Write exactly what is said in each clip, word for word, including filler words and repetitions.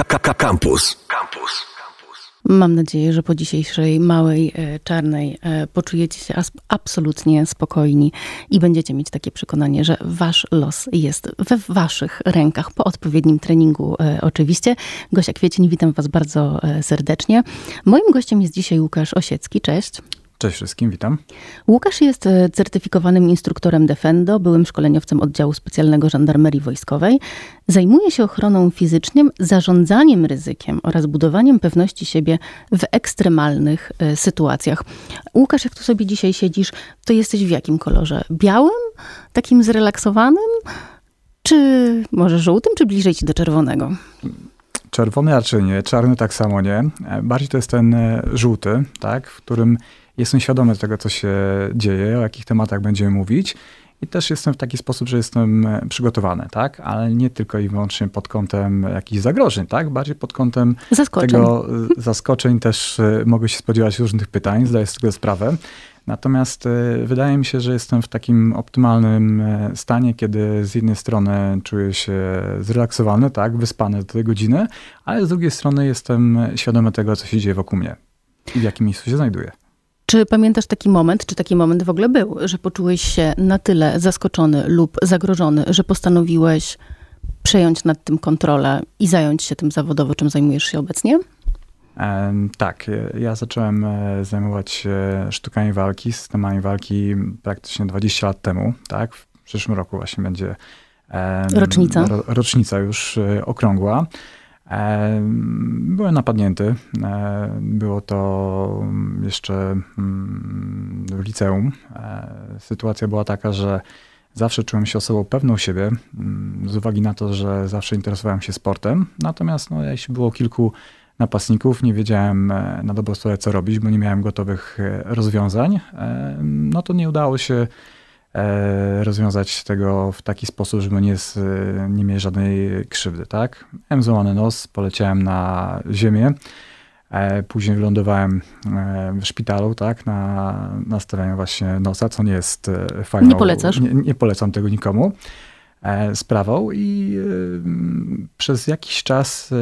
Campus. Campus. Mam nadzieję, że po dzisiejszej małej e, czarnej e, poczujecie się as- absolutnie spokojni i będziecie mieć takie przekonanie, że wasz los jest we waszych rękach po odpowiednim treningu e, oczywiście. Gosia Kwiecień, witam was bardzo e, serdecznie. Moim gościem jest dzisiaj Łukasz Osiecki. Cześć. Cześć wszystkim, witam. Łukasz jest certyfikowanym instruktorem Defendo, byłym szkoleniowcem oddziału specjalnego Żandarmerii Wojskowej. Zajmuje się ochroną fizyczną, zarządzaniem ryzykiem oraz budowaniem pewności siebie w ekstremalnych y, sytuacjach. Łukasz, jak tu sobie dzisiaj siedzisz, to jesteś w jakim kolorze? Białym? Takim zrelaksowanym? Czy może żółtym, czy bliżej ci do czerwonego? Czerwony raczej nie, czarny tak samo nie. Bardziej to jest ten żółty, tak, w którym jestem świadomy tego, co się dzieje, o jakich tematach będziemy mówić i też jestem w taki sposób, że jestem przygotowany, tak, ale nie tylko i wyłącznie pod kątem jakichś zagrożeń, tak, bardziej pod kątem zaskoczeń. tego zaskoczeń też mogę się spodziewać różnych pytań, zdaję sobie tego sprawę. Natomiast wydaje mi się, że jestem w takim optymalnym stanie, kiedy z jednej strony czuję się zrelaksowany, tak, wyspany do tej godziny, ale z drugiej strony jestem świadomy tego, co się dzieje wokół mnie i w jakim miejscu się znajduję. Czy pamiętasz taki moment, czy taki moment w ogóle był, że poczułeś się na tyle zaskoczony lub zagrożony, że postanowiłeś przejąć nad tym kontrolę i zająć się tym zawodowo, czym zajmujesz się obecnie? E, tak, ja zacząłem zajmować się sztukami walki, systemami walki praktycznie dwadzieścia lat temu, tak? W przyszłym roku właśnie będzie e, rocznica. Ro, rocznica już okrągła. Byłem napadnięty. Było to jeszcze w liceum. Sytuacja była taka, że zawsze czułem się osobą pewną siebie, z uwagi na to, że zawsze interesowałem się sportem. Natomiast no, jeśli było kilku napastników, nie wiedziałem na dobrą sprawę, co robić, bo nie miałem gotowych rozwiązań. No to nie udało się rozwiązać tego w taki sposób, żeby nie, nie mieć żadnej krzywdy, tak? Miałem złamany nos, poleciałem na ziemię, później wylądowałem w szpitalu, tak? Na nastawianiu właśnie nosa, co nie jest fajną... Nie polecasz? Nie, nie polecam tego nikomu. Sprawą i y, przez jakiś y,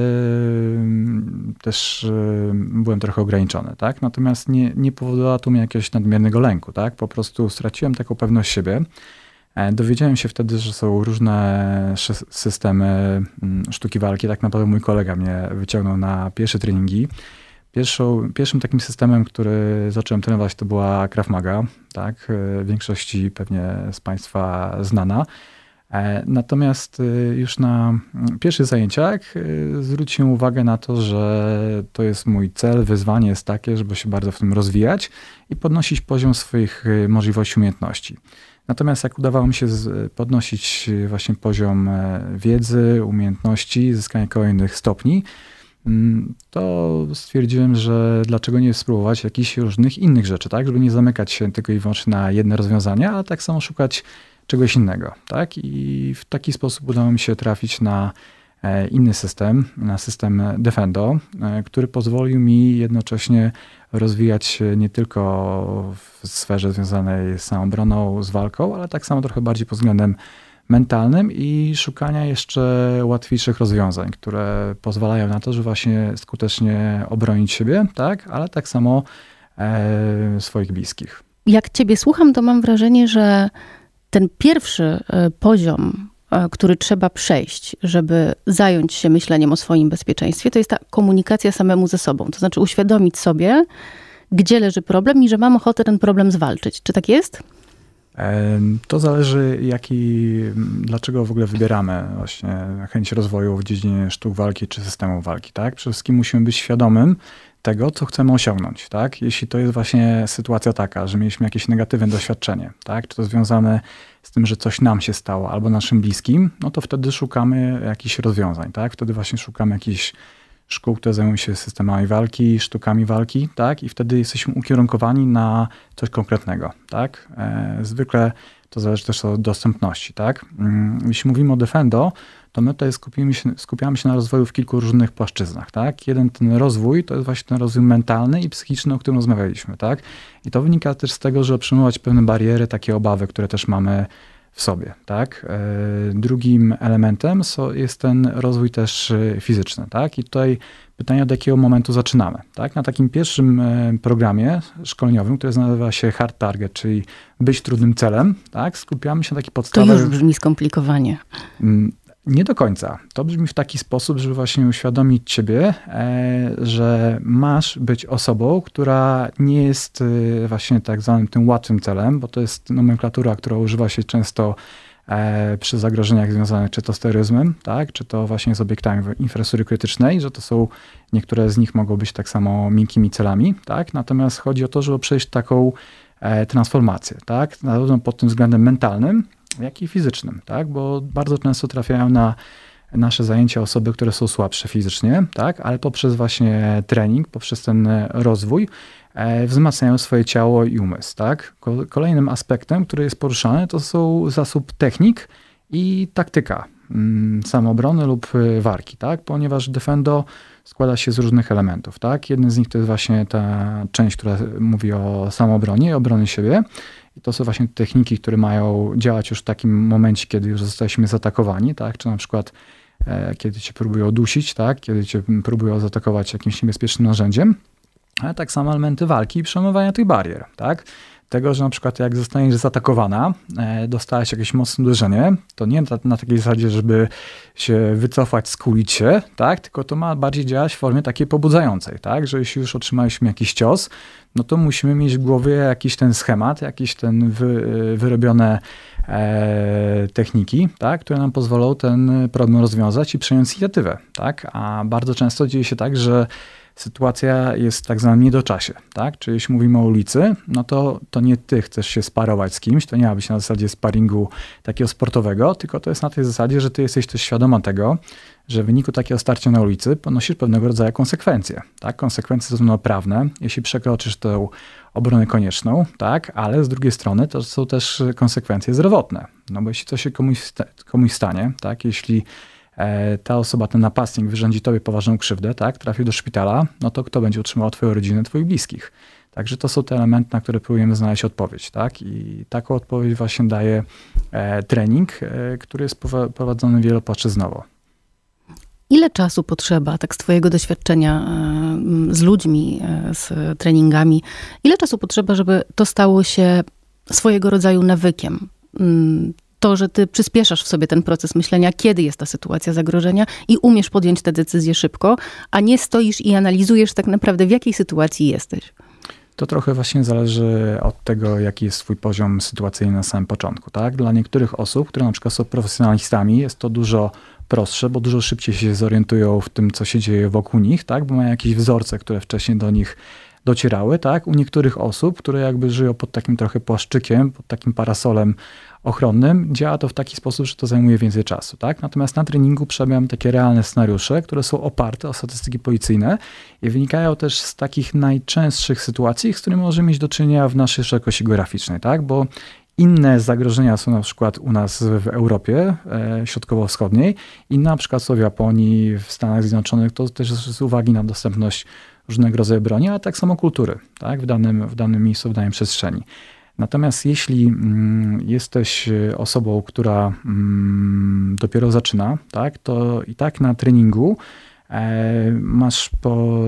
też y, byłem trochę ograniczony, tak? Natomiast nie, nie powodowało to mnie jakiegoś nadmiernego lęku, tak? Po prostu straciłem taką pewność siebie. E, dowiedziałem się wtedy, że są różne systemy y, sztuki walki. Tak naprawdę mój kolega mnie wyciągnął na pierwsze treningi. Pierwszą, pierwszym takim systemem, który zacząłem trenować, to była Krav Maga, tak? W większości pewnie z Państwa znana. Natomiast już na pierwszych zajęciach zwróciłem uwagę na to, że to jest mój cel, wyzwanie jest takie, żeby się bardzo w tym rozwijać i podnosić poziom swoich możliwości, umiejętności. Natomiast jak udawało mi się podnosić właśnie poziom wiedzy, umiejętności, zyskania kolejnych stopni, to stwierdziłem, że dlaczego nie spróbować jakichś różnych innych rzeczy, tak? Żeby nie zamykać się tylko i wyłącznie na jedne rozwiązania, ale tak samo szukać czegoś innego, tak? I w taki sposób udało mi się trafić na inny system, na system Defendo, który pozwolił mi jednocześnie rozwijać się nie tylko w sferze związanej z samoobroną, z walką, ale tak samo trochę bardziej pod względem mentalnym i szukania jeszcze łatwiejszych rozwiązań, które pozwalają na to, żeby właśnie skutecznie obronić siebie, tak? Ale tak samo e, swoich bliskich. Jak ciebie słucham, to mam wrażenie, że ten pierwszy poziom, który trzeba przejść, żeby zająć się myśleniem o swoim bezpieczeństwie, to jest ta komunikacja samemu ze sobą. To znaczy uświadomić sobie, gdzie leży problem i że mam ochotę ten problem zwalczyć. Czy tak jest? To zależy, jaki, dlaczego w ogóle wybieramy właśnie chęć rozwoju w dziedzinie sztuk walki czy systemów walki, tak? Przede wszystkim musimy być świadomym tego, co chcemy osiągnąć, tak? Jeśli to jest właśnie sytuacja taka, że mieliśmy jakieś negatywne doświadczenie, tak? Czy to związane z tym, że coś nam się stało albo naszym bliskim, no to wtedy szukamy jakichś rozwiązań, tak? Wtedy właśnie szukamy jakichś szkół, które zajmują się systemami walki, sztukami walki, tak? I wtedy jesteśmy ukierunkowani na coś konkretnego, tak? E, zwykle to zależy też od dostępności, tak? Jeśli mówimy o Defendo, to my tutaj skupiamy się, skupiamy się na rozwoju w kilku różnych płaszczyznach, tak? Jeden ten rozwój to jest właśnie ten rozwój mentalny i psychiczny, o którym rozmawialiśmy, tak? I to wynika też z tego, że przyjmować pewne bariery, takie obawy, które też mamy w sobie, tak? Drugim elementem jest ten rozwój też fizyczny, tak? I tutaj pytanie, od jakiego momentu zaczynamy, tak? Na takim pierwszym programie szkoleniowym, który nazywa się Hard Target, czyli być trudnym celem, tak? Skupiamy się na takich podstawach. To już brzmi skomplikowanie. Nie do końca. To brzmi w taki sposób, żeby właśnie uświadomić ciebie, że masz być osobą, która nie jest właśnie tak zwanym tym łatwym celem, bo to jest nomenklatura, która używa się często przy zagrożeniach związanych czy to z terroryzmem, tak, czy to właśnie z obiektami infrastruktury krytycznej, że to są, niektóre z nich mogą być tak samo miękkimi celami, tak, natomiast chodzi o to, żeby przejść taką transformację, tak, zarówno pod tym względem mentalnym, jak i fizycznym, tak? Bo bardzo często trafiają na nasze zajęcia osoby, które są słabsze fizycznie, tak? Ale poprzez właśnie trening, poprzez ten rozwój e, wzmacniają swoje ciało i umysł, tak? Kolejnym aspektem, który jest poruszany, to są zasób technik i taktyka mm, samoobrony lub walki, tak? Ponieważ Defendo składa się z różnych elementów, tak? Jeden z nich to jest właśnie ta część, która mówi o samoobronie i obrony siebie. I to są właśnie techniki, które mają działać już w takim momencie, kiedy już zostaliśmy zaatakowani, tak? Czy na przykład e, kiedy cię próbują dusić, tak? Kiedy cię próbują zaatakować jakimś niebezpiecznym narzędziem, ale tak samo elementy walki i przemywania tych barier, tak? Tego, że na przykład jak zostaniesz zaatakowana, e, dostałaś jakieś mocne uderzenie, to nie na, na takiej zasadzie, żeby się wycofać, skulić się, tak? Tylko to ma bardziej działać w formie takiej pobudzającej, tak? Że jeśli już otrzymaliśmy jakiś cios, no to musimy mieć w głowie jakiś ten schemat, jakiś ten wy, wyrobione e, techniki, tak? Które nam pozwolą ten problem rozwiązać i przejąć inicjatywę, tak? A bardzo często dzieje się tak, że sytuacja jest tak zwana niedoczasie, tak? Czyli jeśli mówimy o ulicy, no to, to nie ty chcesz się sparować z kimś, to nie ma być na zasadzie sparingu takiego sportowego, tylko to jest na tej zasadzie, że ty jesteś też świadoma tego, że w wyniku takiego starcia na ulicy ponosisz pewnego rodzaju konsekwencje, tak? Konsekwencje zarówno prawne, jeśli przekroczysz tę obronę konieczną, tak? Ale z drugiej strony to są też konsekwencje zdrowotne, no bo jeśli coś się komuś, sta- komuś stanie, tak? Jeśli ta osoba, ten napastnik wyrządzi tobie poważną krzywdę, tak, trafi do szpitala, no to kto będzie utrzymał twoją rodzinę, twoich bliskich? Także to są te elementy, na które próbujemy znaleźć odpowiedź, tak? I taką odpowiedź właśnie daje e, trening, e, który jest prowadzony wielopłaszczyznowo. Ile czasu potrzeba, tak z twojego doświadczenia e, z ludźmi, e, z treningami, ile czasu potrzeba, żeby to stało się swojego rodzaju nawykiem? Mm, To, że ty przyspieszasz w sobie ten proces myślenia, kiedy jest ta sytuacja zagrożenia i umiesz podjąć te decyzje szybko, a nie stoisz i analizujesz tak naprawdę, w jakiej sytuacji jesteś. To trochę właśnie zależy od tego, jaki jest twój poziom sytuacyjny na samym początku, tak? Dla niektórych osób, które na przykład są profesjonalistami, jest to dużo prostsze, bo dużo szybciej się zorientują w tym, co się dzieje wokół nich, tak? Bo mają jakieś wzorce, które wcześniej do nich docierały, tak? U niektórych osób, które jakby żyją pod takim trochę płaszczykiem, pod takim parasolem ochronnym, działa to w taki sposób, że to zajmuje więcej czasu, tak? Natomiast na treningu przerabiam takie realne scenariusze, które są oparte o statystyki policyjne i wynikają też z takich najczęstszych sytuacji, z którymi możemy mieć do czynienia w naszej szerokości geograficznej, tak? Bo inne zagrożenia są na przykład u nas w Europie e, środkowo-wschodniej, inne na przykład są w Japonii, w Stanach Zjednoczonych, to też z uwagi na dostępność różnego rodzaju broni, a tak samo kultury, tak? W danym, w danym miejscu, w danej przestrzeni. Natomiast jeśli mm, jesteś osobą, która mm, dopiero zaczyna, tak, to i tak na treningu e, masz po,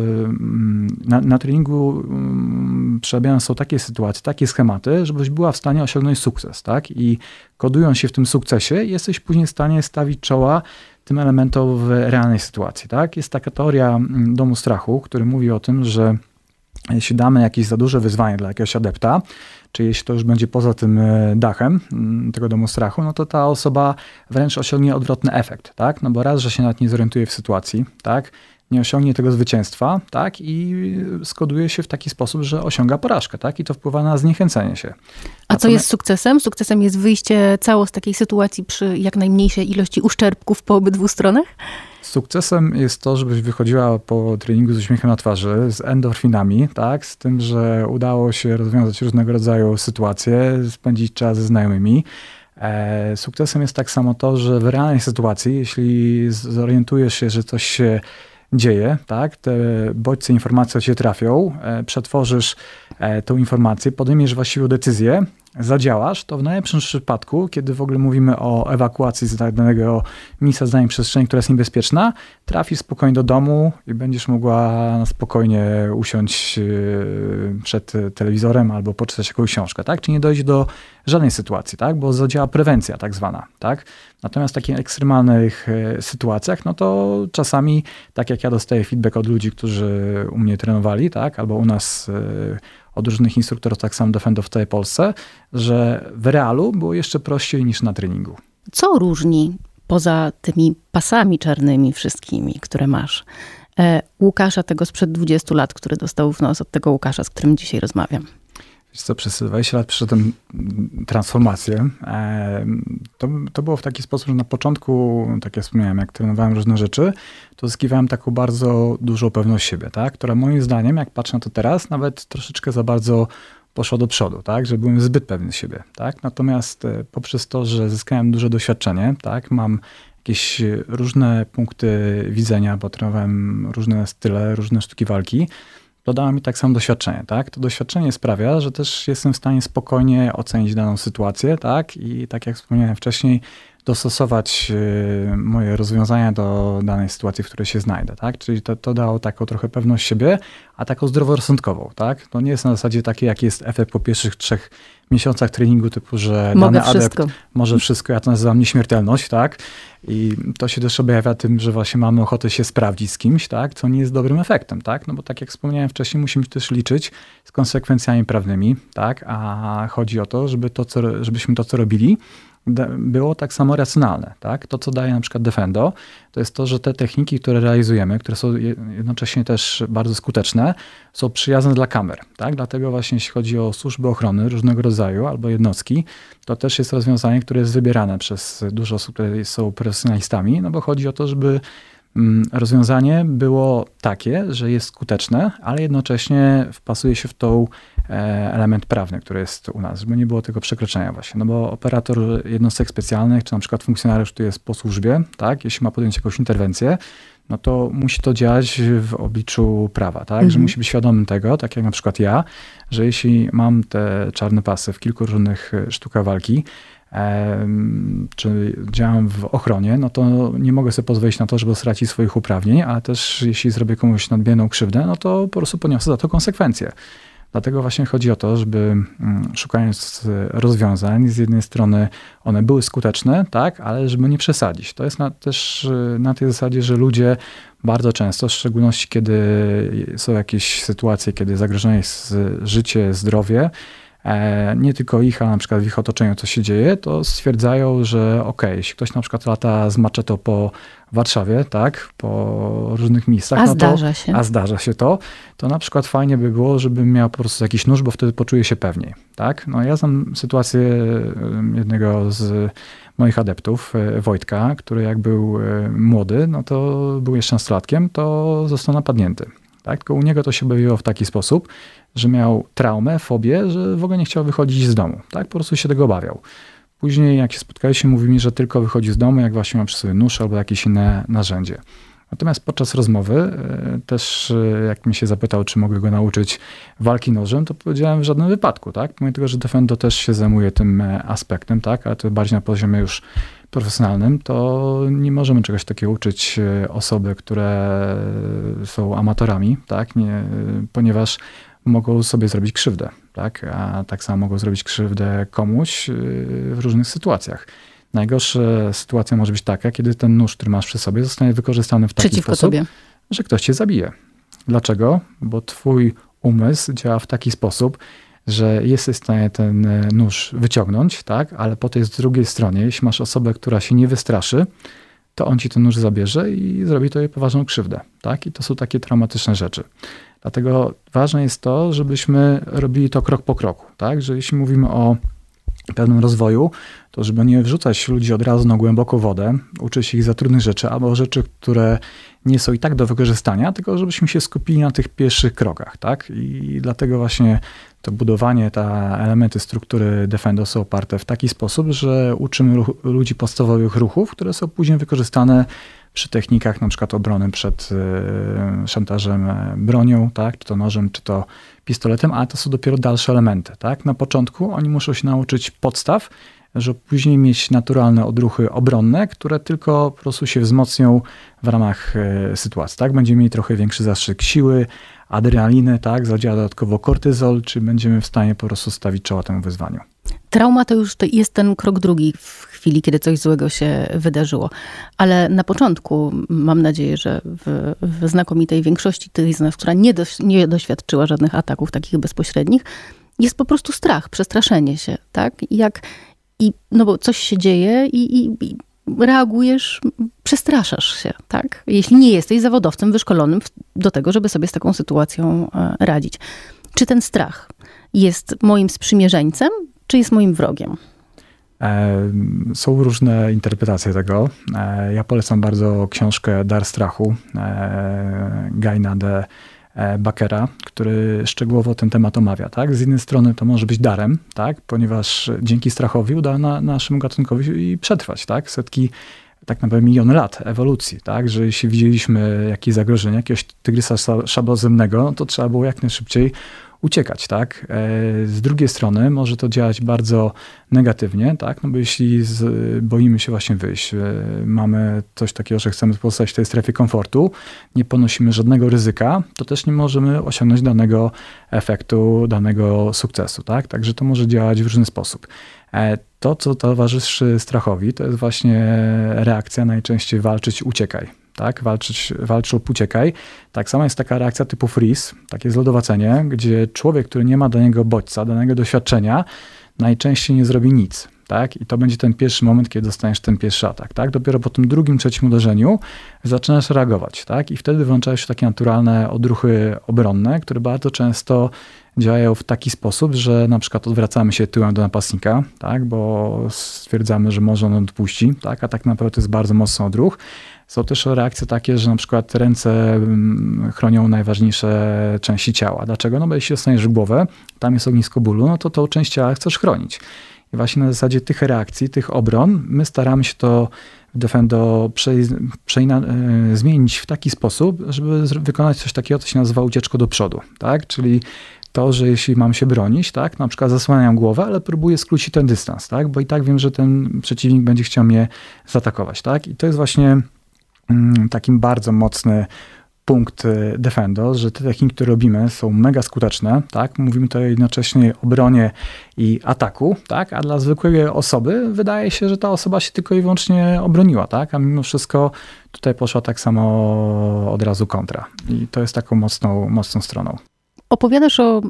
na, na treningu mm, przerabiane są takie sytuacje, takie schematy, żebyś była w stanie osiągnąć sukces, tak? I kodując się w tym sukcesie, jesteś później w stanie stawić czoła tym elementom w realnej sytuacji, tak? Jest taka teoria domu strachu, który mówi o tym, że jeśli damy jakieś za duże wyzwanie dla jakiegoś adepta, czy jeśli to już będzie poza tym dachem tego domu strachu, no to ta osoba wręcz osiągnie odwrotny efekt, tak? No bo raz, że się nawet nie zorientuje w sytuacji, tak? Nie osiągnie tego zwycięstwa, tak? I skoduje się w taki sposób, że osiąga porażkę, tak? I to wpływa na zniechęcenie się. A co jest sukcesem? Sukcesem jest wyjście cało z takiej sytuacji przy jak najmniejszej ilości uszczerbków po obydwu stronach? Sukcesem jest to, żebyś wychodziła po treningu z uśmiechem na twarzy, z endorfinami, tak? Z tym, że udało się rozwiązać różnego rodzaju sytuacje, spędzić czas ze znajomymi. E, sukcesem jest tak samo to, że w realnej sytuacji, jeśli zorientujesz się, że coś się dzieje, tak? Te bodźce, informacje o ciebie trafią, e, przetworzysz e, tą informację, podejmiesz właściwą decyzję zadziałasz, to w najlepszym przypadku, kiedy w ogóle mówimy o ewakuacji z danego miejsca, z danej przestrzeni, która jest niebezpieczna, trafisz spokojnie do domu i będziesz mogła spokojnie usiąść przed telewizorem albo poczytać jakąś książkę, tak? Czyli nie dojdzie do żadnej sytuacji, tak? Bo zadziała prewencja tak zwana, tak? Natomiast w takich ekstremalnych sytuacjach, no to czasami, tak jak ja dostaję feedback od ludzi, którzy u mnie trenowali, tak? Albo u nas od różnych instruktorów, tak samo Defendo w całej Polsce, że w realu było jeszcze prościej niż na treningu. Co różni poza tymi pasami czarnymi wszystkimi, które masz, Łukasza tego sprzed dwudziestu lat, który dostał w nos, od tego Łukasza, z którym dzisiaj rozmawiam? Wiesz co, przez dwadzieścia lat przeszedłem transformację. To, to było w taki sposób, że na początku, tak jak wspomniałem, jak trenowałem różne rzeczy, to zyskiwałem taką bardzo dużą pewność siebie, tak? Która moim zdaniem, jak patrzę na to teraz, nawet troszeczkę za bardzo poszła do przodu, tak? Że byłem zbyt pewny siebie, tak? Natomiast poprzez to, że zyskałem duże doświadczenie, tak? Mam jakieś różne punkty widzenia, bo trenowałem różne style, różne sztuki walki, to dało mi tak samo doświadczenie, tak? To doświadczenie sprawia, że też jestem w stanie spokojnie ocenić daną sytuację, tak? I tak jak wspomniałem wcześniej, dostosować moje rozwiązania do danej sytuacji, w której się znajdę, tak? Czyli to, to dało taką trochę pewność siebie, a taką zdroworozsądkową, tak? To nie jest na zasadzie takie, jaki jest efekt po pierwszych trzech miesiącach treningu, typu, że Mogę dany wszystko. adept może wszystko, ja to nazywam nieśmiertelność, tak? I to się też objawia tym, że właśnie mamy ochotę się sprawdzić z kimś, tak? Co nie jest dobrym efektem, tak? No bo tak jak wspomniałem wcześniej, musimy też liczyć z konsekwencjami prawnymi, tak? A chodzi o to, żeby to, co, żebyśmy to, co robili, było tak samo racjonalne, tak? To, co daje na przykład Defendo, to jest to, że te techniki, które realizujemy, które są jednocześnie też bardzo skuteczne, są przyjazne dla kamer, tak? Dlatego właśnie jeśli chodzi o służby ochrony różnego rodzaju albo jednostki, to też jest rozwiązanie, które jest wybierane przez dużo osób, które są profesjonalistami, no bo chodzi o to, żeby rozwiązanie było takie, że jest skuteczne, ale jednocześnie wpasuje się w tą element prawny, który jest u nas, żeby nie było tego przekroczenia właśnie. No bo operator jednostek specjalnych, czy na przykład funkcjonariusz, który jest po służbie, tak, jeśli ma podjąć jakąś interwencję, no to musi to działać w obliczu prawa, tak, mhm. że musi być świadomym tego, tak jak na przykład ja, że jeśli mam te czarne pasy w kilku różnych sztukach walki, czy działam w ochronie, no to nie mogę sobie pozwolić na to, żeby stracić swoich uprawnień, a też jeśli zrobię komuś nadmierną krzywdę, no to po prostu poniosę za to konsekwencje. Dlatego właśnie chodzi o to, żeby szukając rozwiązań, z jednej strony one były skuteczne, tak, ale żeby nie przesadzić. To jest na, też na tej zasadzie, że ludzie bardzo często, w szczególności kiedy są jakieś sytuacje, kiedy zagrożone jest życie, zdrowie, nie tylko ich, a na przykład w ich otoczeniu co się dzieje, to stwierdzają, że okej, okay, jeśli ktoś na przykład lata z maczetą po Warszawie, tak, po różnych miejscach, a no zdarza to, się. a zdarza się to, to na przykład fajnie by było, żebym miał po prostu jakiś nóż, bo wtedy poczuję się pewniej, tak. No ja znam sytuację jednego z moich adeptów, Wojtka, który jak był młody, no to był jeszcze nastolatkiem, to został napadnięty. Tak? Tylko u niego to się objawiło w taki sposób, że miał traumę, fobię, że w ogóle nie chciał wychodzić z domu. Tak? Po prostu się tego obawiał. Później jak się spotkaliśmy, mówił mi, że tylko wychodzi z domu, jak właśnie ma przy sobie nóż albo jakieś inne narzędzie. Natomiast podczas rozmowy też jak mnie się zapytał, czy mogę go nauczyć walki nożem, to powiedziałem w żadnym wypadku. Tak? Pomimo tego, że Defendo też się zajmuje tym aspektem, tak? Ale to bardziej na poziomie już profesjonalnym, to nie możemy czegoś takiego uczyć osoby, które są amatorami, tak? Nie, ponieważ mogą sobie zrobić krzywdę, tak? A tak samo mogą zrobić krzywdę komuś w różnych sytuacjach. Najgorsza sytuacja może być taka, kiedy ten nóż, który masz przy sobie, zostanie wykorzystany w taki Przeciwko sposób, tobie. że ktoś cię zabije. Dlaczego? Bo twój umysł działa w taki sposób, że jesteś w stanie ten nóż wyciągnąć, tak? Ale po tej z drugiej stronie, jeśli masz osobę, która się nie wystraszy, to on ci ten nóż zabierze i zrobi tobie poważną krzywdę. Tak? I to są takie traumatyczne rzeczy. Dlatego ważne jest to, żebyśmy robili to krok po kroku. Tak? Że jeśli mówimy o pewnym rozwoju, to żeby nie wrzucać ludzi od razu na głęboką wodę, uczyć ich za trudnych rzeczy, albo rzeczy, które nie są i tak do wykorzystania, tylko żebyśmy się skupili na tych pierwszych krokach. Tak? I dlatego właśnie to budowanie, te elementy struktury Defendo są oparte w taki sposób, że uczymy ruch, ludzi podstawowych ruchów, które są później wykorzystane przy technikach na przykład obrony przed szantażem bronią, tak? Czy to nożem, czy to pistoletem, ale to są dopiero dalsze elementy. Tak? Na początku oni muszą się nauczyć podstaw, żeby później mieć naturalne odruchy obronne, które tylko po prostu się wzmocnią w ramach sytuacji. Tak? Będziemy mieli trochę większy zastrzyk siły, adrenaliny, tak? Zadziała dodatkowo kortyzol, czy będziemy w stanie po prostu stawić czoła temu wyzwaniu. Trauma to już to jest ten krok drugi w chwili, kiedy coś złego się wydarzyło. Ale na początku, mam nadzieję, że w, w znakomitej większości tych z nas, która nie, doś, nie doświadczyła żadnych ataków takich bezpośrednich, jest po prostu strach, przestraszenie się, tak? Jak, i, no bo coś się dzieje i, i, i reagujesz, przestraszasz się, tak? Jeśli nie jesteś zawodowcem wyszkolonym do tego, żeby sobie z taką sytuacją radzić. Czy ten strach jest moim sprzymierzeńcem, czy jest moim wrogiem? Są różne interpretacje tego. Ja polecam bardzo książkę Dar strachu Gaina de Bakera, który szczegółowo ten temat omawia. Tak? Z jednej strony to może być darem, tak? Ponieważ dzięki strachowi uda na, naszemu gatunkowi przetrwać. Tak? Setki, tak naprawdę miliony lat ewolucji. Tak? Że jeśli widzieliśmy jakieś zagrożenie, jakiegoś tygrysa szablozemnego, no to trzeba było jak najszybciej uciekać, tak? Z drugiej strony może to działać bardzo negatywnie, tak? No bo jeśli z, boimy się właśnie wyjść, mamy coś takiego, że chcemy pozostać w tej strefie komfortu, nie ponosimy żadnego ryzyka, to też nie możemy osiągnąć danego efektu, danego sukcesu, tak? Także to może działać w różny sposób. To, co towarzyszy strachowi, to jest właśnie reakcja najczęściej walczyć, uciekaj. Tak, walczyć, walcz lub uciekaj. Tak samo jest taka reakcja typu freeze, takie zlodowacenie, gdzie człowiek, który nie ma danego bodźca, danego doświadczenia, najczęściej nie zrobi nic. Tak? I to będzie ten pierwszy moment, kiedy dostaniesz ten pierwszy atak. Tak? Dopiero po tym drugim, trzecim uderzeniu zaczynasz reagować. Tak? I wtedy włączają się takie naturalne odruchy obronne, które bardzo często działają w taki sposób, że na przykład odwracamy się tyłem do napastnika, tak? Bo stwierdzamy, że może on odpuści, tak? A tak naprawdę to jest bardzo mocny odruch. Są też reakcje takie, że na przykład ręce chronią najważniejsze części ciała. Dlaczego? No bo jeśli dostaniesz w głowę, tam jest ognisko bólu, no to tą część ciała chcesz chronić. I właśnie na zasadzie tych reakcji, tych obron, my staramy się to w Defendo prze, przeina, y, zmienić w taki sposób, żeby wykonać coś takiego, co się nazywa ucieczką do przodu. Tak? Czyli to, że jeśli mam się bronić, tak, na przykład zasłaniam głowę, ale próbuję skrócić ten dystans, tak? Bo i tak wiem, że ten przeciwnik będzie chciał mnie zaatakować. Tak? I to jest właśnie mm, takim bardzo mocny punkt Defendo, że te techniki, które robimy, są mega skuteczne, tak? Mówimy tutaj jednocześnie o obronie i ataku, tak? A dla zwykłej osoby wydaje się, że ta osoba się tylko i wyłącznie obroniła, tak? A mimo wszystko tutaj poszła tak samo od razu kontra. I to jest taką mocną, mocną stroną. Opowiadasz o,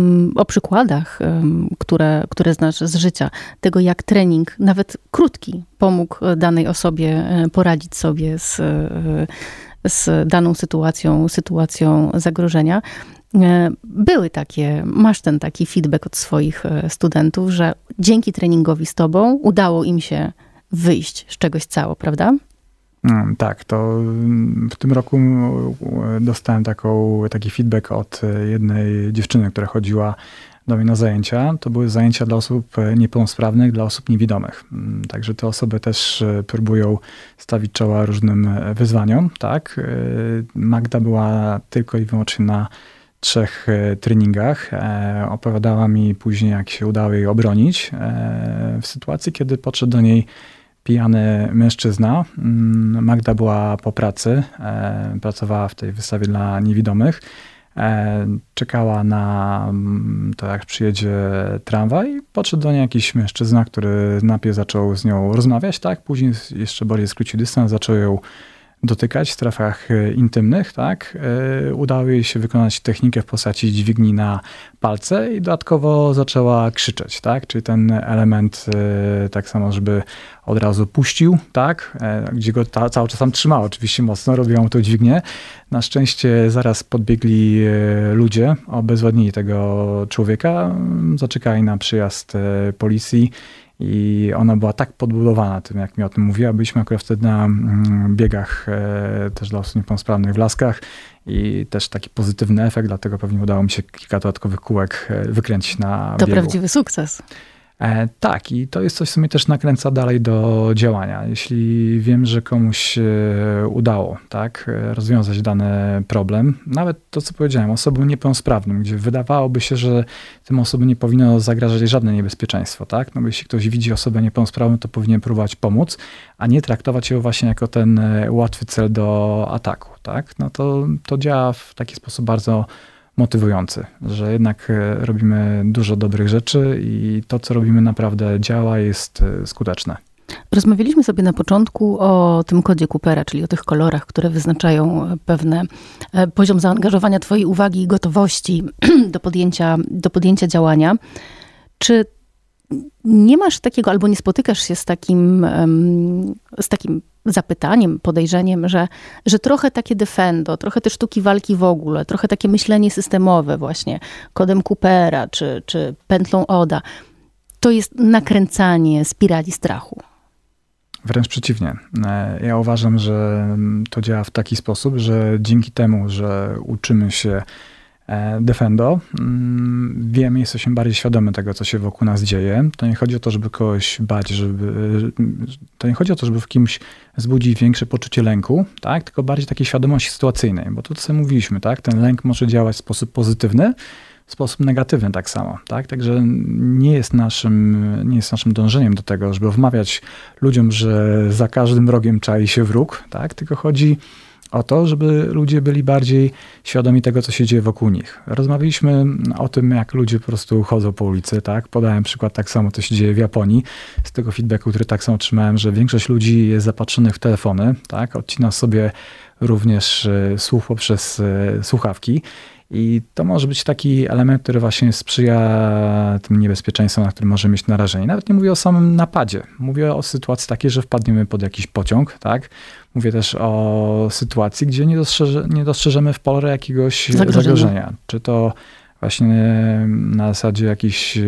o przykładach, które, które znasz z życia, tego jak trening, nawet krótki, pomógł danej osobie poradzić sobie z, z daną sytuacją, sytuacją zagrożenia. Były takie, masz ten taki feedback od swoich studentów, że dzięki treningowi z tobą udało im się wyjść z czegoś cało, prawda? Tak, to w tym roku dostałem taką, taki feedback od jednej dziewczyny, która chodziła do mnie na zajęcia. To były zajęcia dla osób niepełnosprawnych, dla osób niewidomych. Także te osoby też próbują stawić czoła różnym wyzwaniom. Tak? Magda była tylko i wyłącznie na trzech treningach. Opowiadała mi później, jak się udało jej obronić w sytuacji, kiedy podszedł do niej pijany mężczyzna. Magda była po pracy, pracowała w tej wystawie dla niewidomych. Czekała na to, jak przyjedzie tramwaj. Podszedł do niej jakiś mężczyzna, który najpierw zaczął z nią rozmawiać, tak? Później jeszcze bardziej skrócił dystans, zaczął ją dotykać w strefach intymnych, tak? Udało jej się wykonać technikę w postaci dźwigni na palce i dodatkowo zaczęła krzyczeć, tak? Czyli ten element tak samo, żeby od razu puścił, tak? Gdzie go ta, cały czas tam trzymał, oczywiście mocno, robiła to dźwignię. Na szczęście zaraz podbiegli ludzie, obezwładnili tego człowieka, zaczekali na przyjazd policji. I ona była tak podbudowana tym, jak mi o tym mówiła. Byliśmy akurat wtedy na biegach e, też dla osób niepełnosprawnych w Laskach i też taki pozytywny efekt, dlatego pewnie udało mi się kilka dodatkowych kółek wykręcić na to biegu. Prawdziwy sukces. E, tak, i to jest coś, co mnie też nakręca dalej do działania. Jeśli wiem, że komuś się udało, tak, rozwiązać dany problem, nawet to, co powiedziałem, osobom niepełnosprawnym, gdzie wydawałoby się, że tym osobom nie powinno zagrażać żadne niebezpieczeństwo, tak, no bo jeśli ktoś widzi osobę niepełnosprawną, to powinien próbować pomóc, a nie traktować ją właśnie jako ten łatwy cel do ataku, tak, no to, to działa w taki sposób bardzo motywujący, że jednak robimy dużo dobrych rzeczy i to, co robimy, naprawdę działa, jest skuteczne. Rozmawialiśmy sobie na początku o tym kodzie Coopera, czyli o tych kolorach, które wyznaczają pewne poziom zaangażowania twojej uwagi i gotowości do podjęcia, do podjęcia działania. Czy nie masz takiego, albo nie spotykasz się z takim, z takim zapytaniem, podejrzeniem, że, że trochę takie defendo, trochę te sztuki walki w ogóle, trochę takie myślenie systemowe właśnie kodem Coopera czy, czy pętlą Oda, to jest nakręcanie spirali strachu? Wręcz przeciwnie. Ja uważam, że to działa w taki sposób, że dzięki temu, że uczymy się defendo, wiemy, jesteśmy bardziej świadomi tego, co się wokół nas dzieje. To nie chodzi o to, żeby kogoś bać, żeby, to nie chodzi o to, żeby w kimś wzbudzić większe poczucie lęku, tak? Tylko bardziej takiej świadomości sytuacyjnej, bo to, co mówiliśmy, tak? Ten lęk może działać w sposób pozytywny, w sposób negatywny tak samo, tak? Także nie jest naszym, nie jest naszym dążeniem do tego, żeby wmawiać ludziom, że za każdym rogiem czai się wróg, tak? Tylko chodzi o to, żeby ludzie byli bardziej świadomi tego, co się dzieje wokół nich. Rozmawialiśmy o tym, jak ludzie po prostu chodzą po ulicy, tak? Podałem przykład tak samo, co się dzieje w Japonii. Z tego feedbacku, który tak samo otrzymałem, że większość ludzi jest zapatrzonych w telefony, tak? Odcina sobie również słuch poprzez słuchawki. I to może być taki element, który właśnie sprzyja tym niebezpieczeństwom, na które możemy mieć narażenie. Nawet nie mówię o samym napadzie. Mówię o sytuacji takiej, że wpadniemy pod jakiś pociąg, tak? Mówię też o sytuacji, gdzie nie, dostrzeże, nie dostrzeżemy w pole jakiegoś zagrożenia. zagrożenia. Czy to właśnie na zasadzie jakiejś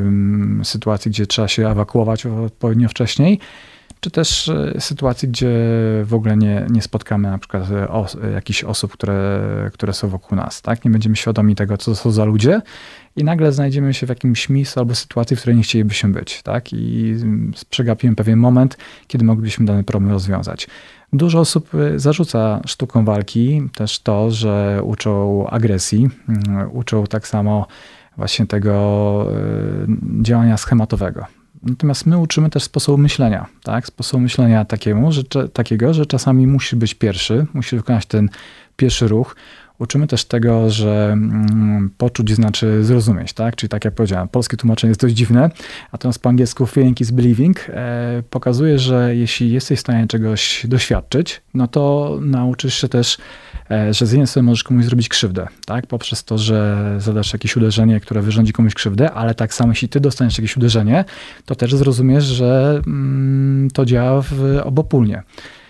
um, sytuacji, gdzie trzeba się ewakuować odpowiednio wcześniej, czy też sytuacji, gdzie w ogóle nie, nie spotkamy na przykład os, jakichś osób, które, które są wokół nas, tak? Nie będziemy świadomi tego, co to są za ludzie i nagle znajdziemy się w jakimś miejscu albo sytuacji, w której nie chcielibyśmy być, tak? I przegapimy pewien moment, kiedy moglibyśmy dany problem rozwiązać. Dużo osób zarzuca sztuką walki też to, że uczą agresji, uczą tak samo właśnie tego działania schematowego. Natomiast my uczymy też sposobu myślenia, tak? Sposobu myślenia takiemu, że, takiego, że czasami musi być pierwszy, musi wykonać ten pierwszy ruch. Uczymy też tego, że mm, poczuć znaczy zrozumieć, tak? Czyli tak jak powiedziałem, polskie tłumaczenie jest dość dziwne, natomiast po angielsku feeling is believing e, pokazuje, że jeśli jesteś w stanie czegoś doświadczyć, no to nauczysz się też, e, że z jednej strony możesz komuś zrobić krzywdę, tak? Poprzez to, że zadasz jakieś uderzenie, które wyrządzi komuś krzywdę, ale tak samo jeśli ty dostaniesz jakieś uderzenie, to też zrozumiesz, że mm, to działa w obopólnie.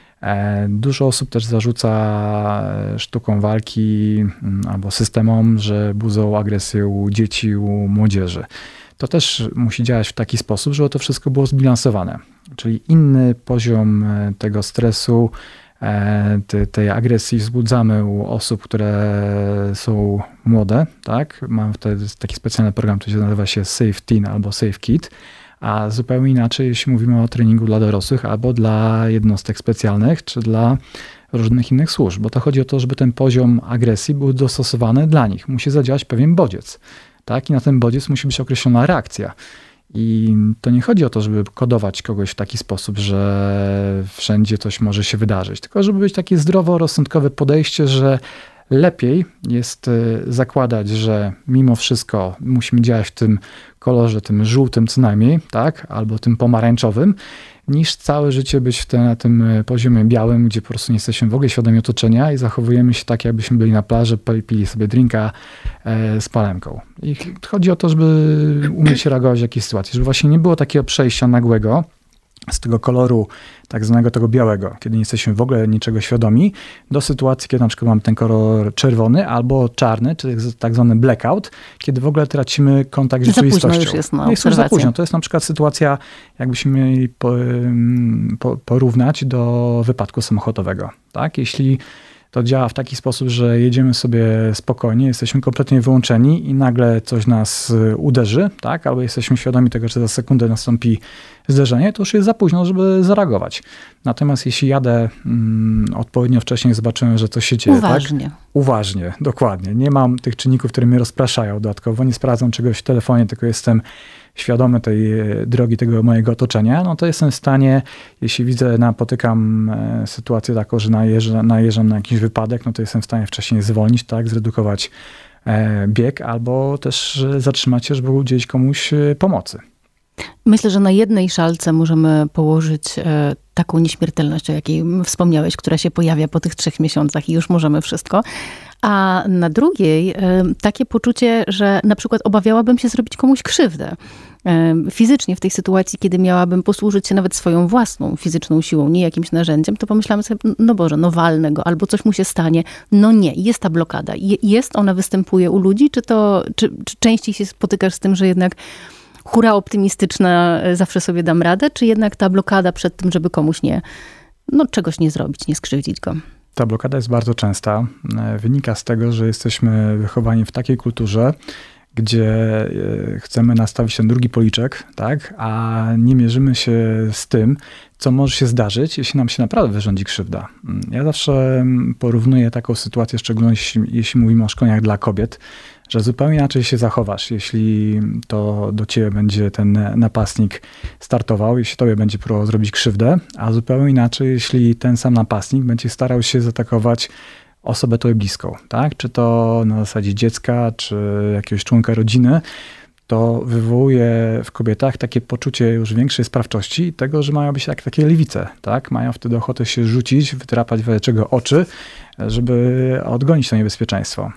Dużo osób też zarzuca sztuką walki albo systemom, że budzą agresję u dzieci, u młodzieży. To też musi działać w taki sposób, żeby to wszystko było zbilansowane. Czyli inny poziom tego stresu, te, tej agresji wzbudzamy u osób, które są młode. Tak? Mam wtedy taki specjalny program, który nazywa się Safe Teen albo Safe Kid. A zupełnie inaczej, jeśli mówimy o treningu dla dorosłych albo dla jednostek specjalnych, czy dla różnych innych służb. Bo to chodzi o to, żeby ten poziom agresji był dostosowany dla nich. Musi zadziałać pewien bodziec. Tak? I na ten bodziec musi być określona reakcja. I to nie chodzi o to, żeby kodować kogoś w taki sposób, że wszędzie coś może się wydarzyć. Tylko żeby być takie zdroworozsądkowe podejście, że lepiej jest zakładać, że mimo wszystko musimy działać w tym kolorze, tym żółtym co najmniej, tak, albo tym pomarańczowym, niż całe życie być w te, na tym poziomie białym, gdzie po prostu nie jesteśmy w ogóle świadomi otoczenia i zachowujemy się tak, jakbyśmy byli na plaży, pili sobie drinka e, z palemką. I chodzi o to, żeby umieć reagować w jakiejś sytuacji, żeby właśnie nie było takiego przejścia nagłego z tego koloru tak zwanego tego białego, kiedy nie jesteśmy w ogóle niczego świadomi, do sytuacji, kiedy na przykład mamy ten kolor czerwony albo czarny, czyli tak zwany blackout, kiedy w ogóle tracimy kontakt z rzeczywistością. Za późno już jest na no jest już za późno. To jest na przykład sytuacja, jakbyśmy mieli po, po, porównać do wypadku samochodowego. Tak? Jeśli to działa w taki sposób, że jedziemy sobie spokojnie, jesteśmy kompletnie wyłączeni i nagle coś nas uderzy, tak? Albo jesteśmy świadomi tego, że za sekundę nastąpi zderzenie, to już jest za późno, żeby zareagować. Natomiast jeśli jadę mm, odpowiednio wcześniej, zobaczymy, że coś się dzieje. Uważnie. Tak? Uważnie, dokładnie. Nie mam tych czynników, które mnie rozpraszają dodatkowo, nie sprawdzam czegoś w telefonie, tylko jestem świadomy tej drogi, tego mojego otoczenia, no to jestem w stanie, jeśli widzę, napotykam sytuację taką, że najeżdżam, najeżdżam na jakiś wypadek, no to jestem w stanie wcześniej zwolnić, tak, zredukować bieg, albo też zatrzymać się, żeby udzielić komuś pomocy. Myślę, że na jednej szalce możemy położyć taką nieśmiertelność, o jakiej wspomniałeś, która się pojawia po tych trzech miesiącach i już możemy wszystko. A na drugiej takie poczucie, że na przykład obawiałabym się zrobić komuś krzywdę. Fizycznie w tej sytuacji, kiedy miałabym posłużyć się nawet swoją własną fizyczną siłą, nie jakimś narzędziem, to pomyślałam sobie, no Boże, no walnę go, albo coś mu się stanie. No nie, jest ta blokada. Jest, ona występuje u ludzi, czy to, czy, czy częściej się spotykasz z tym, że jednak hura optymistyczna, zawsze sobie dam radę, czy jednak ta blokada przed tym, żeby komuś nie, no czegoś nie zrobić, nie skrzywdzić go? Ta blokada jest bardzo częsta. Wynika z tego, że jesteśmy wychowani w takiej kulturze, gdzie chcemy nastawić ten drugi policzek, tak, a nie mierzymy się z tym, co może się zdarzyć, jeśli nam się naprawdę wyrządzi krzywda. Ja zawsze porównuję taką sytuację, szczególnie jeśli, jeśli mówimy o szkoleniach dla kobiet, że zupełnie inaczej się zachowasz, jeśli to do ciebie będzie ten napastnik startował, jeśli tobie będzie próbował zrobić krzywdę, a zupełnie inaczej, jeśli ten sam napastnik będzie starał się zaatakować osobę tobie bliską, tak? Czy to na zasadzie dziecka, czy jakiegoś członka rodziny, to wywołuje w kobietach takie poczucie już większej sprawczości i tego, że mają być jak takie lewice, tak? Mają wtedy ochotę się rzucić, wytrapać w czego oczy, żeby odgonić to niebezpieczeństwo.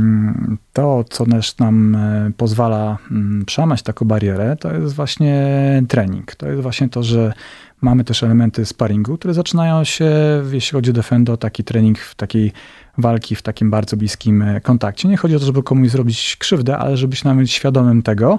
To, co też nam pozwala przełamać taką barierę, to jest właśnie trening. To jest właśnie to, że mamy też elementy sparingu, które zaczynają się, jeśli chodzi o defendo, taki trening w takiej walki, w takim bardzo bliskim kontakcie. Nie chodzi o to, żeby komuś zrobić krzywdę, ale żebyś nawet być świadomym tego,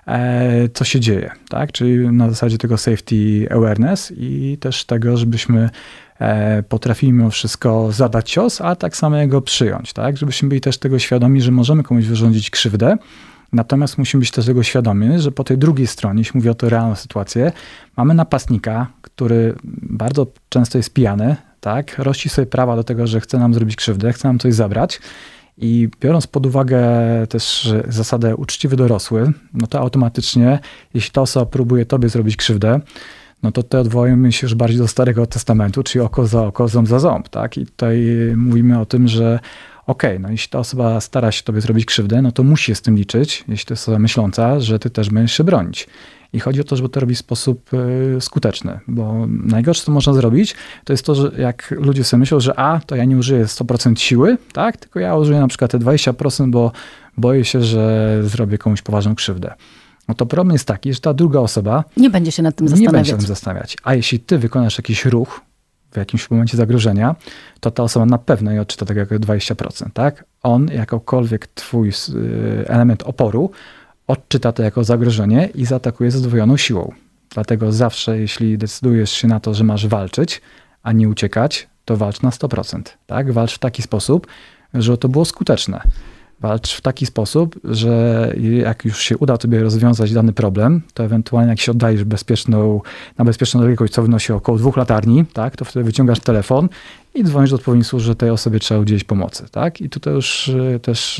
co się dzieje, tak? Czyli na zasadzie tego safety awareness i też tego, żebyśmy potrafili mimo wszystko zadać cios, a tak samo jego przyjąć, tak? Żebyśmy byli też tego świadomi, że możemy komuś wyrządzić krzywdę, natomiast musimy być też tego świadomi, że po tej drugiej stronie, jeśli mówię o tę realną sytuację, mamy napastnika, który bardzo często jest pijany, tak? Rości sobie prawa do tego, że chce nam zrobić krzywdę, chce nam coś zabrać. I biorąc pod uwagę też zasadę uczciwy dorosły, no to automatycznie, jeśli ta osoba próbuje tobie zrobić krzywdę, no to tutaj odwołujemy się już bardziej do Starego Testamentu, czyli oko za oko, ząb za ząb, tak? I tutaj mówimy o tym, że okej, okay, no jeśli ta osoba stara się tobie zrobić krzywdę, no to musi się z tym liczyć, jeśli to jest osoba myśląca, że ty też będziesz się bronić. I chodzi o to, żeby to robić w sposób y, skuteczny, bo najgorsze, co można zrobić, to jest to, że jak ludzie sobie myślą, że a, to ja nie użyję sto procent siły, tak, tylko ja użyję na przykład te dwadzieścia procent, bo boję się, że zrobię komuś poważną krzywdę. No to problem jest taki, że ta druga osoba nie będzie się nad tym zastanawiać. Nie będzie się tym zastanawiać. A jeśli ty wykonasz jakiś ruch w jakimś momencie zagrożenia, to ta osoba na pewno nie odczyta tego jako dwadzieścia procent, tak? On, jakokolwiek twój element oporu, odczyta to jako zagrożenie i zaatakuje ze zdwojoną siłą. Dlatego zawsze, jeśli decydujesz się na to, że masz walczyć, a nie uciekać, to walcz na sto procent. Tak? Walcz w taki sposób, żeby to było skuteczne. Walcz w taki sposób, że jak już się uda tobie rozwiązać dany problem, to ewentualnie jak się oddajesz bezpieczną, na bezpieczną odległość, co wynosi około dwóch latarni, tak? To wtedy wyciągasz telefon i dzwonisz do odpowiednich służb, że tej osobie trzeba udzielić pomocy. Tak? I tutaj już też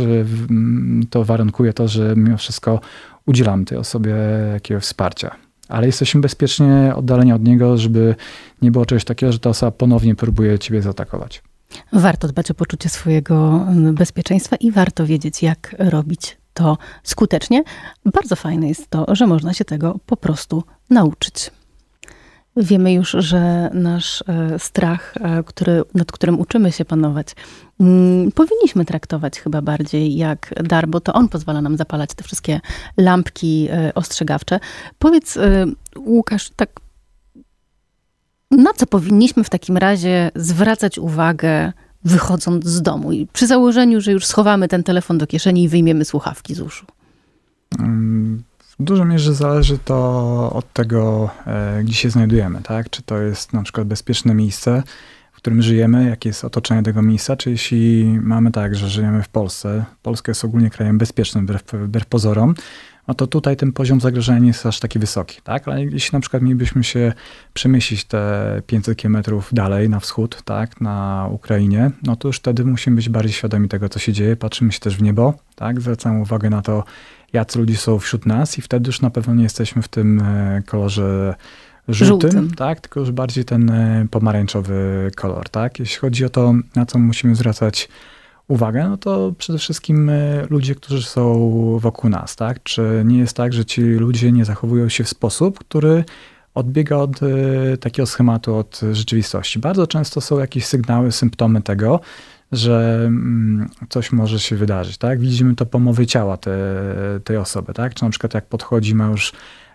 to warunkuje to, że mimo wszystko udzielamy tej osobie jakiegoś wsparcia. Ale jesteśmy bezpiecznie oddaleni od niego, żeby nie było czegoś takiego, że ta osoba ponownie próbuje ciebie zaatakować. Warto dbać o poczucie swojego bezpieczeństwa i warto wiedzieć, jak robić to skutecznie. Bardzo fajne jest to, że można się tego po prostu nauczyć. Wiemy już, że nasz strach, który, nad którym uczymy się panować, powinniśmy traktować chyba bardziej jak dar, bo to on pozwala nam zapalać te wszystkie lampki ostrzegawcze. Powiedz, Łukasz, tak, na co powinniśmy w takim razie zwracać uwagę, wychodząc z domu? I przy założeniu, że już schowamy ten telefon do kieszeni i wyjmiemy słuchawki z uszu. W dużej mierze zależy to od tego, gdzie się znajdujemy, tak? Czy to jest na przykład bezpieczne miejsce, w w którym żyjemy, jakie jest otoczenie tego miejsca, czy jeśli mamy tak, że żyjemy w Polsce, Polska jest ogólnie krajem bezpiecznym, wbrew, wbrew pozorom, no to tutaj ten poziom zagrożenia nie jest aż taki wysoki, tak? Ale jeśli na przykład mielibyśmy się przemieścić te pięćset kilometrów dalej na wschód, tak, na Ukrainie, no to już wtedy musimy być bardziej świadomi tego, co się dzieje, patrzymy się też w niebo, tak? Zwracamy uwagę na to, jacy ludzie są wśród nas i wtedy już na pewno nie jesteśmy w tym kolorze żółtym, żółtym. Tak, tylko już bardziej ten pomarańczowy kolor, tak? Jeśli chodzi o to, na co musimy zwracać uwagę, no to przede wszystkim ludzie, którzy są wokół nas, tak? Czy nie jest tak, że ci ludzie nie zachowują się w sposób, który odbiega od takiego schematu, od rzeczywistości. Bardzo często są jakieś sygnały, symptomy tego, że coś może się wydarzyć, tak? Widzimy to po mowie ciała te, tej osoby, tak? Czy na przykład jak podchodzi, ma już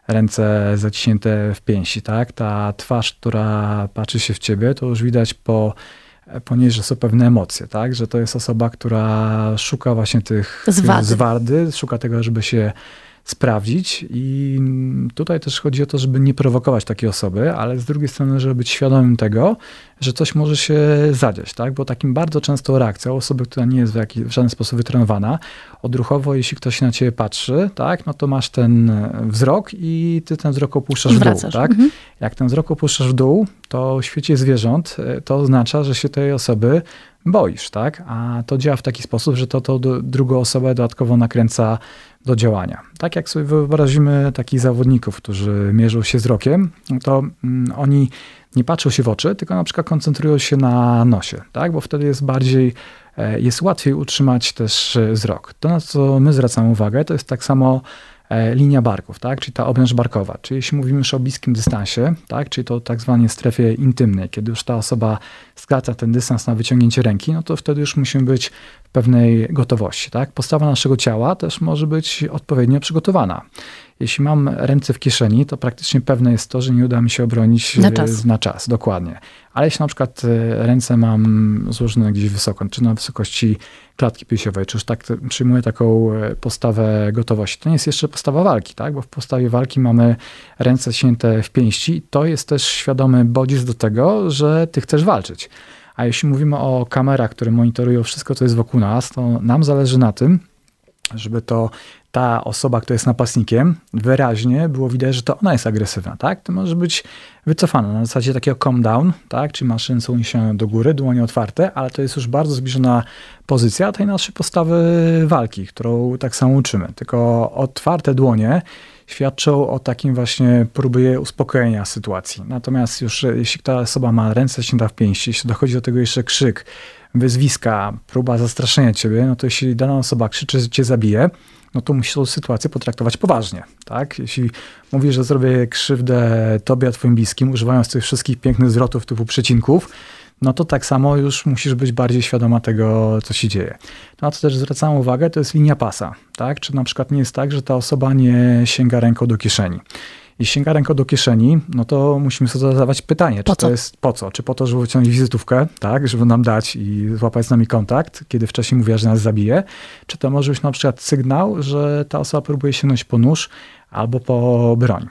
ręce zaciśnięte w pięści, tak? Ta twarz, która patrzy się w ciebie, to już widać po, po niej, że są pewne emocje, tak? Że to jest osoba, która szuka właśnie tych zwady, zwady szuka tego, żeby się sprawdzić i tutaj też chodzi o to, żeby nie prowokować takiej osoby, ale z drugiej strony, żeby być świadomym tego, że coś może się zadziać, tak? Bo takim bardzo częstą reakcją osoby, która nie jest w, jakiś, w żaden sposób wytrenowana, odruchowo, jeśli ktoś na ciebie patrzy, tak? No to masz ten wzrok i ty ten wzrok opuszczasz w dół, tak? Mhm. Jak ten wzrok opuszczasz w dół, to w świecie zwierząt to oznacza, że się tej osoby boisz, tak? A to działa w taki sposób, że to, to drugą osobę dodatkowo nakręca do działania. Tak jak sobie wyobrazimy takich zawodników, którzy mierzą się wzrokiem, to mm, oni nie patrzą się w oczy, tylko na przykład koncentrują się na nosie, tak? Bo wtedy jest bardziej, jest łatwiej utrzymać też wzrok. To, na co my zwracamy uwagę, to jest tak samo linia barków, tak? Czyli ta obręcz barkowa. Czyli jeśli mówimy już o bliskim dystansie, tak? Czyli to tak zwanej strefie intymnej, kiedy już ta osoba skraca ten dystans na wyciągnięcie ręki, no to wtedy już musimy być w pewnej gotowości, tak? Postawa naszego ciała też może być odpowiednio przygotowana. Jeśli mam ręce w kieszeni, to praktycznie pewne jest to, że nie uda mi się obronić na czas. Na czas, dokładnie. Ale jeśli na przykład ręce mam złożone gdzieś wysoko, czy na wysokości klatki piersiowej, czy już tak przyjmuję taką postawę gotowości, to nie jest jeszcze postawa walki, tak? Bo w postawie walki mamy ręce ścięte w pięści. To jest też świadomy bodziec do tego, że ty chcesz walczyć. A jeśli mówimy o kamerach, które monitorują wszystko, co jest wokół nas, to nam zależy na tym, żeby to ta osoba, która jest napastnikiem, wyraźnie było widać, że to ona jest agresywna, tak? To może być wycofana na zasadzie takiego calm down, tak? Czyli masz ręce uniesione do góry, dłonie otwarte, ale to jest już bardzo zbliżona pozycja tej naszej postawy walki, którą tak samo uczymy. Tylko otwarte dłonie świadczą o takim właśnie próbie uspokojenia sytuacji. Natomiast już jeśli ta osoba ma ręce ścięte w pięści, jeśli dochodzi do tego jeszcze krzyk, wyzwiska, próba zastraszenia ciebie, no to jeśli dana osoba krzyczy, że cię zabije, no to musisz tą sytuację potraktować poważnie, tak? Jeśli mówisz, że zrobię krzywdę tobie, a twoim bliskim, używając tych wszystkich pięknych zwrotów typu przecinków, no to tak samo już musisz być bardziej świadoma tego, co się dzieje. No a co też zwracam uwagę, to jest linia pasa, tak? Czy na przykład nie jest tak, że ta osoba nie sięga ręką do kieszeni. Jeśli sięga ręką do kieszeni, no to musimy sobie zadawać pytanie, czy to jest po co? Czy po to, żeby wyciągnąć wizytówkę, tak, żeby nam dać i złapać z nami kontakt, kiedy wcześniej mówiła, że nas zabije? Czy to może być na przykład sygnał, że ta osoba próbuje sięgnąć po nóż albo po broń?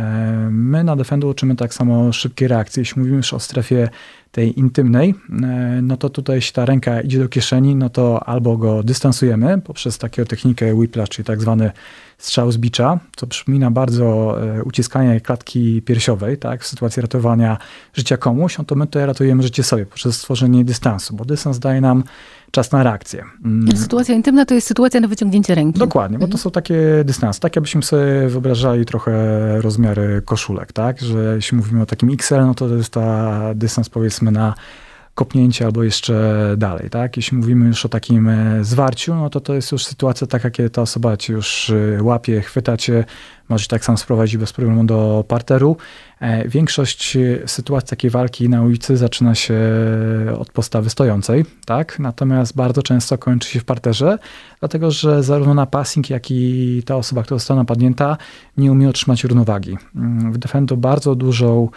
My na Defendu uczymy tak samo szybkiej reakcji. Jeśli mówimy już o strefie tej intymnej, no to tutaj jeśli ta ręka idzie do kieszeni, no to albo go dystansujemy poprzez taką technikę whiplash, czyli tak zwany strzał z bicza, co przypomina bardzo uciskanie klatki piersiowej, tak, w sytuacji ratowania życia komuś, no to my tutaj ratujemy życie sobie poprzez stworzenie dystansu, bo dystans daje nam czas na reakcję. Sytuacja intymna to jest sytuacja na wyciągnięcie ręki. Dokładnie, bo to są takie dystanse. Tak jakbyśmy sobie wyobrażali trochę rozmiary koszulek, tak? Że jeśli mówimy o takim X L, no to to jest ta dystans powiedzmy na kopnięcie albo jeszcze dalej, tak? Jeśli mówimy już o takim zwarciu, no to to jest już sytuacja taka, kiedy ta osoba cię już łapie, chwyta cię, może tak sam sprowadzić bez problemu do parteru. Większość sytuacji takiej walki na ulicy zaczyna się od postawy stojącej, tak? Natomiast bardzo często kończy się w parterze, dlatego że zarówno napastnik, jak i ta osoba, która została napadnięta, nie umie otrzymać równowagi. W Defendu bardzo dużą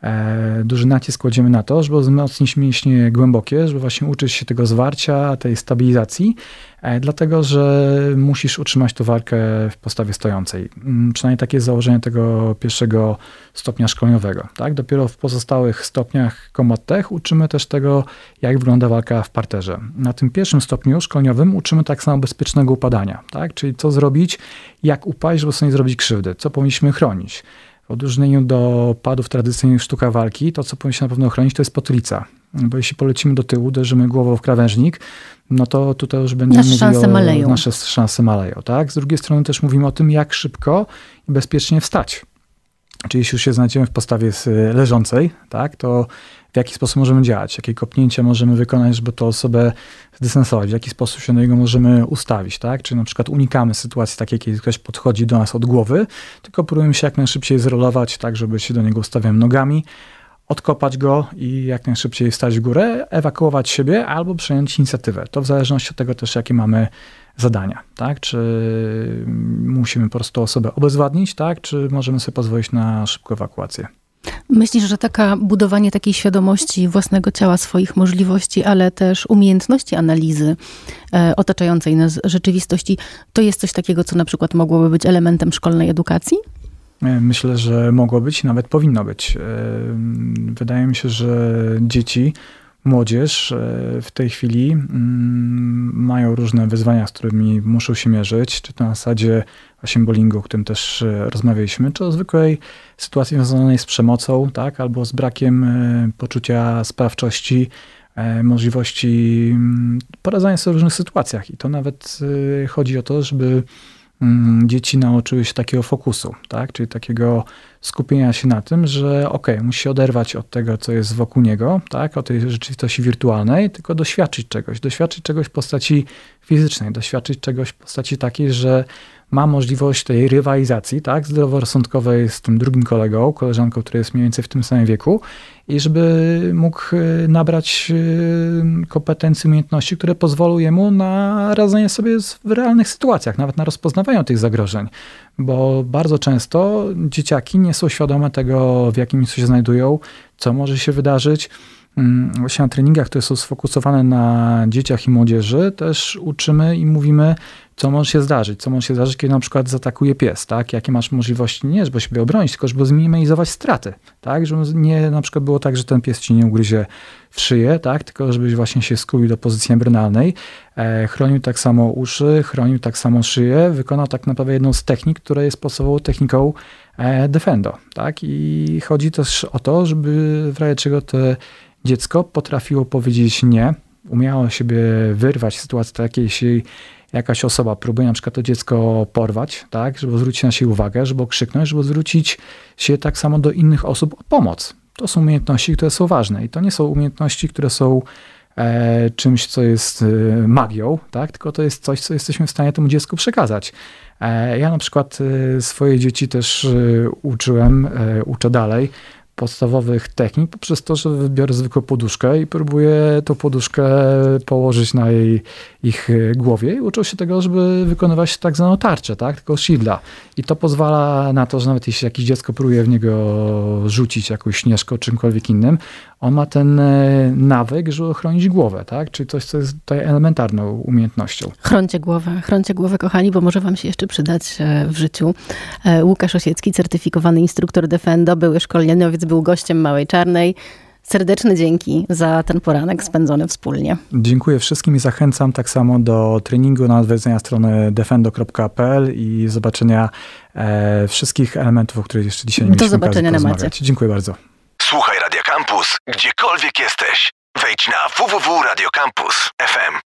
duży nacisk kładziemy na to, żeby wzmocnić mięśnie głębokie, żeby właśnie uczyć się tego zwarcia, tej stabilizacji, dlatego, że musisz utrzymać tą walkę w postawie stojącej. Przynajmniej takie jest założenie tego pierwszego stopnia szkoleniowego. Tak? Dopiero w pozostałych stopniach Combat Tech uczymy też tego, jak wygląda walka w parterze. Na tym pierwszym stopniu szkoleniowym uczymy tak samo bezpiecznego upadania. Tak? Czyli co zrobić, jak upaść, żeby sobie nie zrobić krzywdy, co powinniśmy chronić. W odróżnieniu do padów tradycyjnych w sztukach walki, to co powinniśmy na pewno chronić, to jest potylica. Bo jeśli polecimy do tyłu, uderzymy głową w krawężnik, no to tutaj już będziemy nasze szanse o, maleją. Nasze szanse maleją. Tak? Z drugiej strony też mówimy o tym, jak szybko i bezpiecznie wstać. Czyli jeśli już się znajdziemy w postawie leżącej, tak, to w jaki sposób możemy działać, jakie kopnięcia możemy wykonać, żeby tę osobę zdystansować, w jaki sposób się do niego możemy ustawić, tak? Czy na przykład unikamy sytuacji takiej, kiedy ktoś podchodzi do nas od głowy, tylko próbujemy się jak najszybciej zrolować, tak, żeby się do niego ustawiamy nogami, odkopać go i jak najszybciej wstać w górę, ewakuować siebie albo przejąć inicjatywę. To w zależności od tego też, jakie mamy zadania, tak? Czy musimy po prostu osobę obezwładnić, tak? Czy możemy sobie pozwolić na szybką ewakuację. Myślisz, że taka budowanie takiej świadomości własnego ciała, swoich możliwości, ale też umiejętności analizy e, otaczającej nas rzeczywistości, to jest coś takiego, co na przykład mogłoby być elementem szkolnej edukacji? Myślę, że mogło być i nawet powinno być. Wydaje mi się, że dzieci, młodzież w tej chwili mają różne wyzwania, z którymi muszą się mierzyć, czy to na zasadzie właśnie bullyingu, o którym też rozmawialiśmy, czy o zwykłej sytuacji związanej z przemocą, tak, albo z brakiem poczucia sprawczości, możliwości poradzenia sobie w różnych sytuacjach. I to nawet chodzi o to, żeby dzieci nauczyły się takiego fokusu, tak? Czyli takiego skupienia się na tym, że okej, okay, musi się oderwać od tego, co jest wokół niego, tak? Od tej rzeczywistości wirtualnej, tylko doświadczyć czegoś. Doświadczyć czegoś w postaci fizycznej, doświadczyć czegoś w postaci takiej, że ma możliwość tej rywalizacji, tak? Zdroworozsądkowej z tym drugim kolegą, koleżanką, która jest mniej więcej w tym samym wieku i żeby mógł nabrać kompetencji, umiejętności, które pozwolą jemu na radzenie sobie w realnych sytuacjach, nawet na rozpoznawanie tych zagrożeń. Bo bardzo często dzieciaki nie są świadome tego, w jakim miejscu się znajdują, co może się wydarzyć. Właśnie na treningach, które są sfokusowane na dzieciach i młodzieży, też uczymy i mówimy, co może się zdarzyć. Co może się zdarzyć, kiedy na przykład zaatakuje pies, tak? Jakie masz możliwości, nie żeby siebie obronić, tylko żeby zminimalizować straty, tak? Żeby nie na przykład było tak, że ten pies ci nie ugryzie w szyję, tak? Tylko żebyś właśnie się skupił do pozycji embrionalnej, e, chronił tak samo uszy, chronił tak samo szyję, wykonał tak naprawdę jedną z technik, która jest podstawową techniką e, Defendo, tak? I chodzi też o to, żeby w razie czego te dziecko potrafiło powiedzieć nie, umiało siebie wyrwać z sytuacji takiej, jeśli jakaś osoba próbuje na przykład to dziecko porwać, tak, żeby zwrócić na siebie uwagę, żeby okrzyknąć, żeby zwrócić się tak samo do innych osób o pomoc. To są umiejętności, które są ważne i to nie są umiejętności, które są e, czymś, co jest e, magią, tak, tylko to jest coś, co jesteśmy w stanie temu dziecku przekazać. E, ja na przykład e, swoje dzieci też e, uczyłem, e, uczę dalej, podstawowych technik poprzez to, że wybiorę zwykłą poduszkę i próbuję tą poduszkę położyć na jej, ich głowie i uczą się tego, żeby wykonywać tak zwaną tarczę, tak? Tylko shielda. I to pozwala na to, że nawet jeśli jakieś dziecko próbuje w niego rzucić jakąś śnieżką, czymkolwiek innym, on ma ten nawyk, żeby ochronić głowę, tak? Czyli coś, co jest tutaj elementarną umiejętnością. Chroncie głowę, chroncie głowę, kochani, bo może wam się jeszcze przydać w życiu. Łukasz Osiecki, certyfikowany instruktor Defendo, były szkoleniowiec, był gościem Małej Czarnej. Serdeczne dzięki za ten poranek spędzony wspólnie. Dziękuję wszystkim i zachęcam tak samo do treningu na odwiedzenia strony defendo kropka p l i zobaczenia e, wszystkich elementów, o których jeszcze dzisiaj nie mieliśmy Do zobaczenia na macie. Dziękuję bardzo. Słuchaj Radia Campus, gdziekolwiek jesteś. Wejdź na w w w kropka radio campus kropka f m.